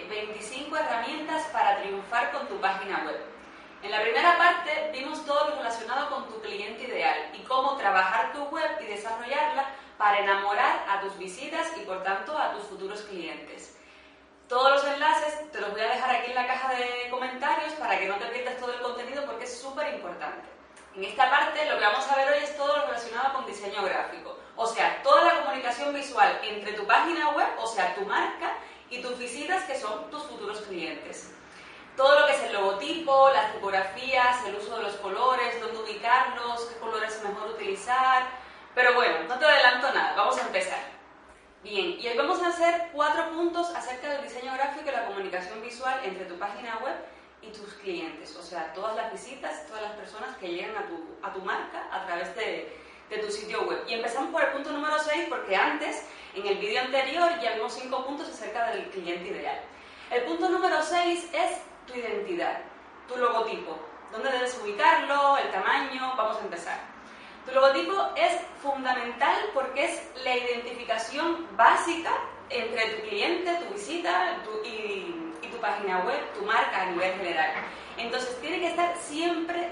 hoy 25 herramientas para triunfar con tu página web. En la primera parte vimos todo lo relacionado con tu cliente ideal y cómo trabajar tu web y desarrollarla para enamorar a tus visitas y por tanto a tus futuros clientes. Todos los enlaces te los voy a dejar aquí en la caja de comentarios para que no te pierdas todo el contenido porque es súper importante. En esta parte lo que vamos a ver hoy es todo lo relacionado con diseño gráfico, o sea, toda la comunicación visual entre tu página web, o sea, tu marca, y tus visitas que son tus futuros clientes. Todo lo que es el logotipo, las tipografías, el uso de los colores, dónde ubicarlos, qué colores es mejor utilizar. Pero bueno, no te adelanto nada, vamos a empezar. Bien, y hoy vamos a hacer 4 puntos acerca del diseño gráfico y la comunicación visual entre tu página web y tus clientes, o sea, todas las visitas, todas las personas que llegan a tu marca a través de tu sitio web. Y empezamos por el punto número 6 porque antes, en el vídeo anterior, ya vimos 5 puntos acerca del cliente ideal. El punto número 6 es tu identidad, tu logotipo, dónde debes ubicarlo, el tamaño. Vamos a empezar. Tu logotipo es fundamental porque es la identificación básica entre tu cliente, tu visita y tu página web, tu marca a nivel general. Entonces tiene que estar siempre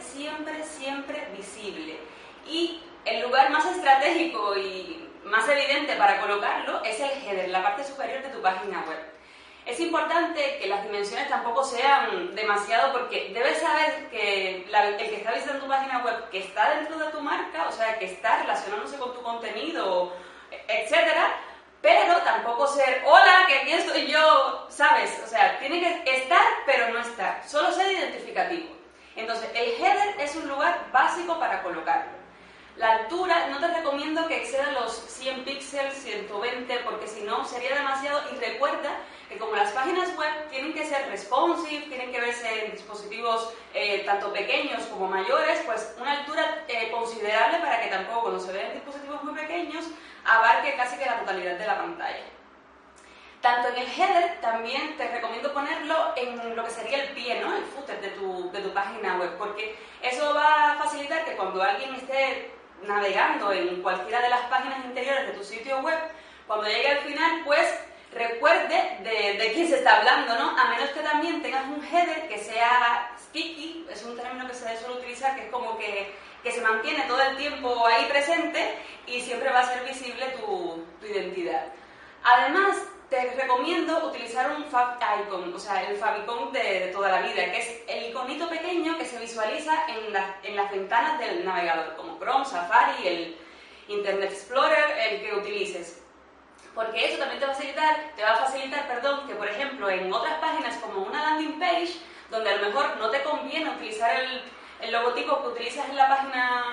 visible. Y el lugar más estratégico y más evidente para colocarlo es el header, la parte superior de tu página web. Es importante que las dimensiones tampoco sean demasiado porque debes saber que el que está visitando tu página web, que está dentro de tu marca, o sea, que está relacionándose con tu contenido, etcétera, pero tampoco ser, hola, que aquí estoy yo, ¿sabes? O sea, tiene que estar, pero no estar, solo ser identificativo. Entonces, el header es un lugar básico para colocarlo. La altura, no te recomiendo que exceda los 100 píxeles, 120, porque si no sería demasiado. Y recuerda que como las páginas web tienen que ser responsive, tienen que verse en dispositivos tanto pequeños como mayores, pues una altura considerable para que tampoco cuando se vean dispositivos muy pequeños abarque casi que la totalidad de la pantalla. Tanto en el header también te recomiendo ponerlo en lo que sería el pie, ¿no? El footer de tu página web, porque eso va a facilitar que cuando alguien esté navegando en cualquiera de las páginas interiores de tu sitio web, cuando llegue al final, pues recuerde de quién se está hablando, ¿no? A menos que también tengas un header que sea sticky, es un término que se suele utilizar, que es como que se mantiene todo el tiempo ahí presente y siempre va a ser visible tu identidad. Además, te recomiendo utilizar un favicon, o sea, el favicon de toda la vida, que es el iconito pequeño que se visualiza en las ventanas del navegador, como Chrome, Safari, el Internet Explorer, el que utilices. Porque eso también te va a facilitar, que por ejemplo en otras páginas como una landing page, donde a lo mejor no te conviene utilizar el logotipo que utilizas en las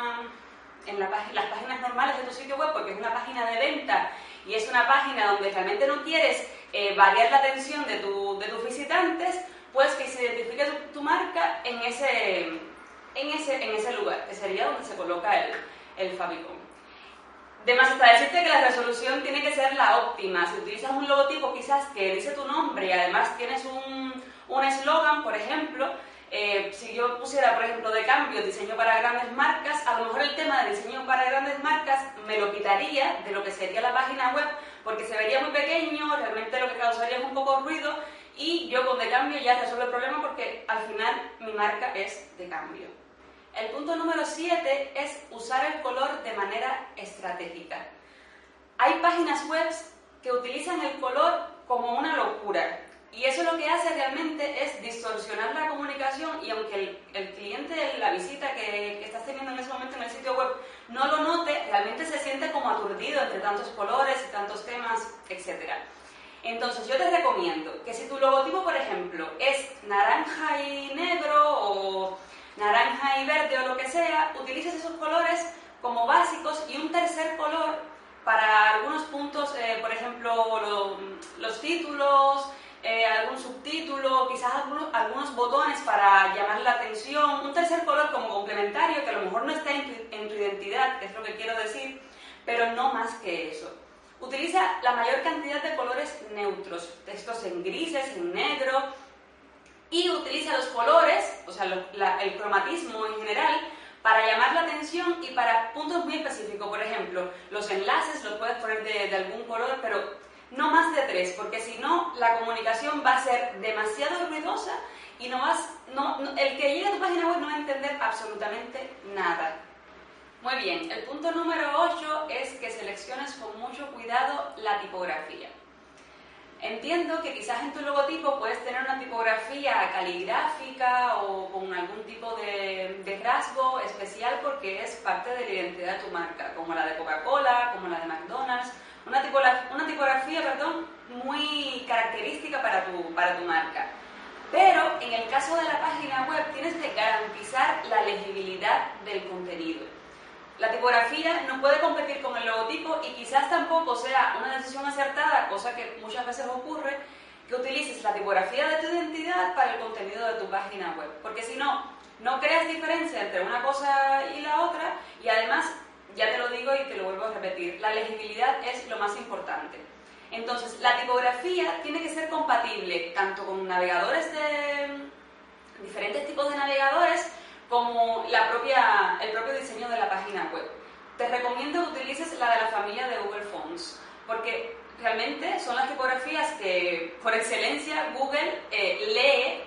páginas normales de tu sitio web, porque es una página de venta y es una página donde realmente no quieres variar la atención de tus visitantes, pues que se identifique tu marca en ese lugar, que sería donde se coloca el favicon. De más está decirte que la resolución tiene que ser la óptima. Si utilizas un logotipo quizás que dice tu nombre y además tienes un eslogan, por ejemplo, si yo pusiera, por ejemplo, de cambio diseño para grandes marcas, a lo mejor el tema de diseño para grandes marcas me lo quitaría de lo que sería la página web porque se vería muy pequeño, realmente lo que causaría es un poco ruido y yo con de cambio ya resuelvo el problema porque al final mi marca es de cambio. El punto número 7 es usar el color de manera estratégica. Hay páginas web que utilizan el color como una locura. Y eso lo que hace realmente es distorsionar la comunicación y aunque el cliente, la visita que estás teniendo en ese momento en el sitio web no lo note, realmente se siente como aturdido entre tantos colores y tantos temas, etc. Entonces yo te recomiendo que si tu logotipo, por ejemplo, es naranja y negro o naranja y verde o lo que sea, utilices esos colores como básicos y un tercer color para algunos puntos, por ejemplo, los títulos, algún subtítulo, quizás algunos botones para llamar la atención, un tercer color como complementario que a lo mejor no está en tu identidad, que es lo que quiero decir, pero no más que eso. Utiliza la mayor cantidad de colores neutros, textos en grises, en negro, y utiliza los colores, o sea, el cromatismo en general, para llamar la atención y para puntos muy específicos. Por ejemplo, los enlaces los puedes poner de algún color, pero no más de 3, porque si no, la comunicación va a ser demasiado ruidosa y el que llegue a tu página web no va a entender absolutamente nada. Muy bien, el punto número 8 es que selecciones con mucho cuidado la tipografía. Entiendo que quizás en tu logotipo puedes tener una tipografía caligráfica o con algún tipo de rasgo especial porque es parte de la identidad de tu marca, como la de Coca-Cola, como la de McDonald's, una tipografía muy característica para tu marca. Pero en el caso de la página web tienes que garantizar la legibilidad del contenido. La tipografía no puede competir con el logotipo y quizás tampoco sea una decisión acertada, cosa que muchas veces ocurre, que utilices la tipografía de tu identidad para el contenido de tu página web. Porque si no, no creas diferencia entre una cosa y la otra y además, ya te lo digo y te lo vuelvo a repetir, la legibilidad es lo más importante. Entonces, la tipografía tiene que ser compatible tanto con navegadores diferentes tipos de navegadores, como el propio diseño de la página web. Te recomiendo que utilices la de la familia de Google Fonts, porque realmente son las tipografías que, por excelencia, Google lee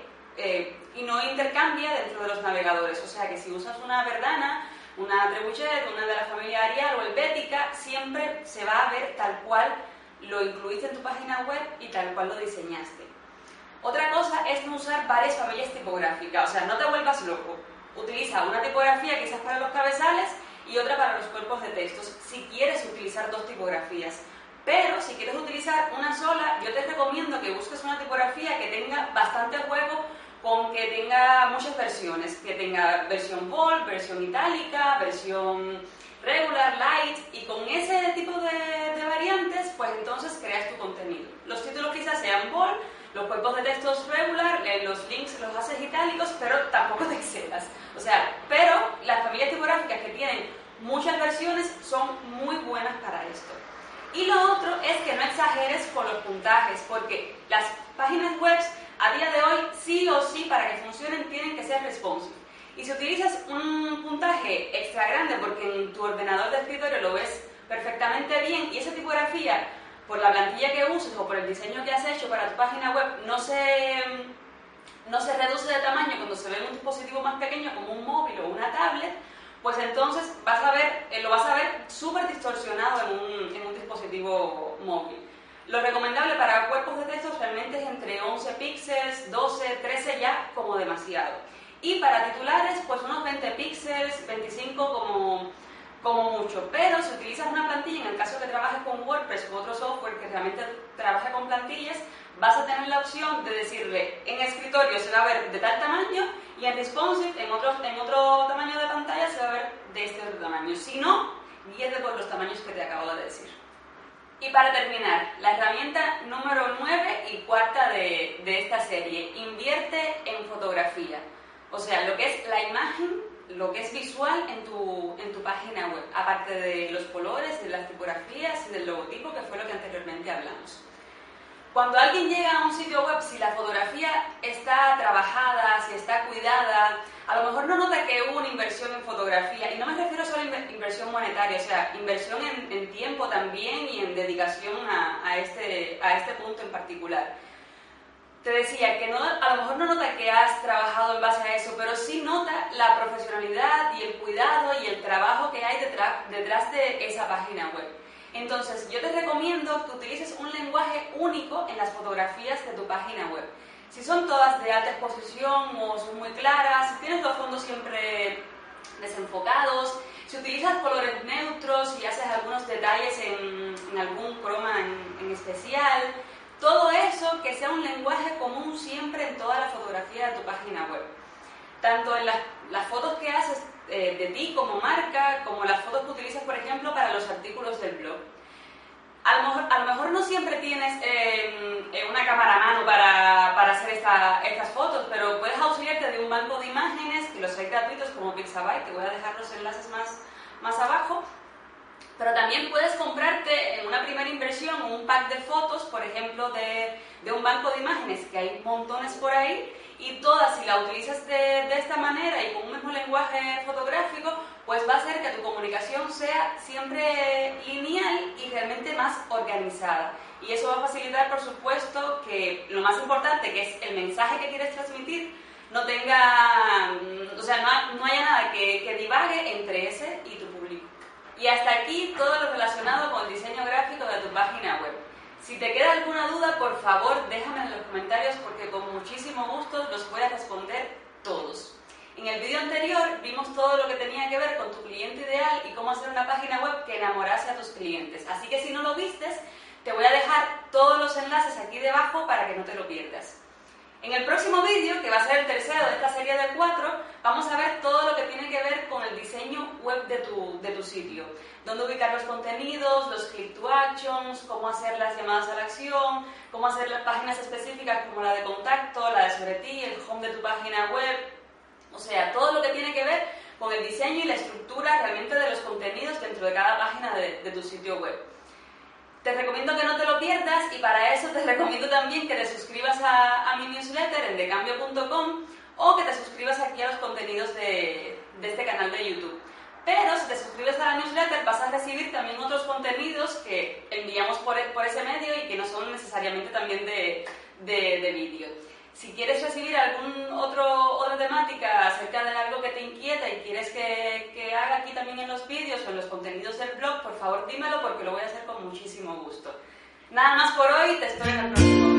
y no intercambia dentro de los navegadores. O sea que si usas una Verdana, una Trebuchet, una de la familia Arial o Helvética, siempre se va a ver tal cual lo incluiste en tu página web y tal cual lo diseñaste. Otra cosa es no usar varias familias tipográficas, o sea, no te vuelvas loco. Utiliza una tipografía quizás para los cabezales y otra para los cuerpos de textos, si quieres utilizar dos tipografías. Pero si quieres utilizar una sola, yo te recomiendo que busques una tipografía que tenga bastante juego, con que tenga muchas versiones, que tenga versión bold, versión itálica, versión regular, light, y con ese tipo de variantes, pues entonces creas tu contenido. Los títulos quizás sean bold, los cuerpos de textos regular, los links los haces itálicos, pero tampoco te excedas. O sea, pero las familias tipográficas que tienen muchas versiones son muy buenas para esto. Y lo otro es que no exageres con los puntajes, porque las páginas web a día de hoy, sí o sí, para que funcionen, tienen que ser responsive. Y si utilizas un puntaje extra grande, porque en tu ordenador de escritorio lo ves perfectamente bien, y esa tipografía, por la plantilla que uses o por el diseño que has hecho para tu página web, no se reduce de tamaño cuando se ve en un dispositivo más pequeño como un móvil o una tablet, pues entonces lo vas a ver súper distorsionado en un dispositivo móvil. Lo recomendable para cuerpos de texto realmente es entre 11 píxeles, 12, 13 ya como demasiado. Y para titulares, pues unos 20 píxeles, 25 como mucho. Pero si utilizas una plantilla, en el caso que trabajes con WordPress u otro software que realmente trabaje con plantillas, vas a tener la opción de decirle, en escritorio se va a ver de tal tamaño y en responsive, en otro tamaño de pantalla, se va a ver de este otro tamaño. Si no, guíate por los tamaños que te acabo de decir. Y para terminar, la herramienta número 9 y cuarta de esta serie, invierte en fotografía. O sea, lo que es la imagen, lo que es visual en tu página web, aparte de los colores, de las tipografías y del logotipo, que fue lo que anteriormente hablamos. Cuando alguien llega a un sitio web, si la fotografía está trabajada, si está cuidada, a lo mejor no nota que hubo una inversión en fotografía, y no me refiero solo a inversión monetaria, o sea, inversión en tiempo también y en dedicación a este punto en particular. Te decía que a lo mejor no nota que has trabajado en base a eso, pero sí nota la profesionalidad y el cuidado y el trabajo que hay detrás de esa página web. Entonces, yo te recomiendo que utilices un lenguaje único en las fotografías de tu página web. Si son todas de alta exposición o son muy claras, si tienes los fondos siempre desenfocados, si utilizas colores neutros y haces algunos detalles en algún croma en especial, todo eso que sea un lenguaje común siempre en toda la fotografía de tu página web. Tanto en las fotos que haces de ti como marca, como las fotos que utilizas, por ejemplo, para los artículos del blog. A lo mejor no siempre tienes una cámara a mano para hacer estas fotos, pero puedes auxiliarte de un banco de imágenes, que los hay gratuitos como Pixabay, te voy a dejar los enlaces más abajo, Pero también puedes comprarte en una primera inversión un pack de fotos, por ejemplo, de un banco de imágenes, que hay montones por ahí, y todas, si la utilizas de esta manera y con un mismo lenguaje fotográfico, pues va a hacer que tu comunicación sea siempre lineal y realmente más organizada. Y eso va a facilitar, por supuesto, que lo más importante, que es el mensaje que quieres transmitir, no tenga, o sea, no haya nada que divague entre ese y tu público. Y hasta aquí todo lo relacionado con el diseño gráfico de tu página web. Si te queda alguna duda, por favor, déjame en los comentarios porque con muchísimo gusto los voy a responder todos. En el vídeo anterior vimos todo lo que tenía que ver con tu cliente ideal y cómo hacer una página web que enamorase a tus clientes. Así que si no lo vistes, te voy a dejar todos los enlaces aquí debajo para que no te lo pierdas. En el próximo vídeo, que va a ser el tercero de esta serie de 4, vamos a ver todo lo que tiene que ver con el diseño web de tu sitio. Dónde ubicar los contenidos, los click to actions, cómo hacer las llamadas a la acción, cómo hacer las páginas específicas como la de contacto, la de sobre ti, el home de tu página web. O sea, todo lo que tiene que ver con el diseño y la estructura realmente de los contenidos dentro de cada página de tu sitio web. Te recomiendo que no te lo pierdas y para eso te recomiendo también que te suscribas a mi newsletter en decambio.com o que te suscribas aquí a los contenidos de este canal de YouTube. Pero si te suscribes a la newsletter vas a recibir también otros contenidos que enviamos por ese medio y que no son necesariamente también de vídeo. Si quieres recibir otra temática acerca de algo que te inquieta y quieres que haga aquí también en los vídeos o en los contenidos del blog, por favor dímelo porque lo voy a hacer con muchísimo gusto. Nada más por hoy, te espero en el próximo.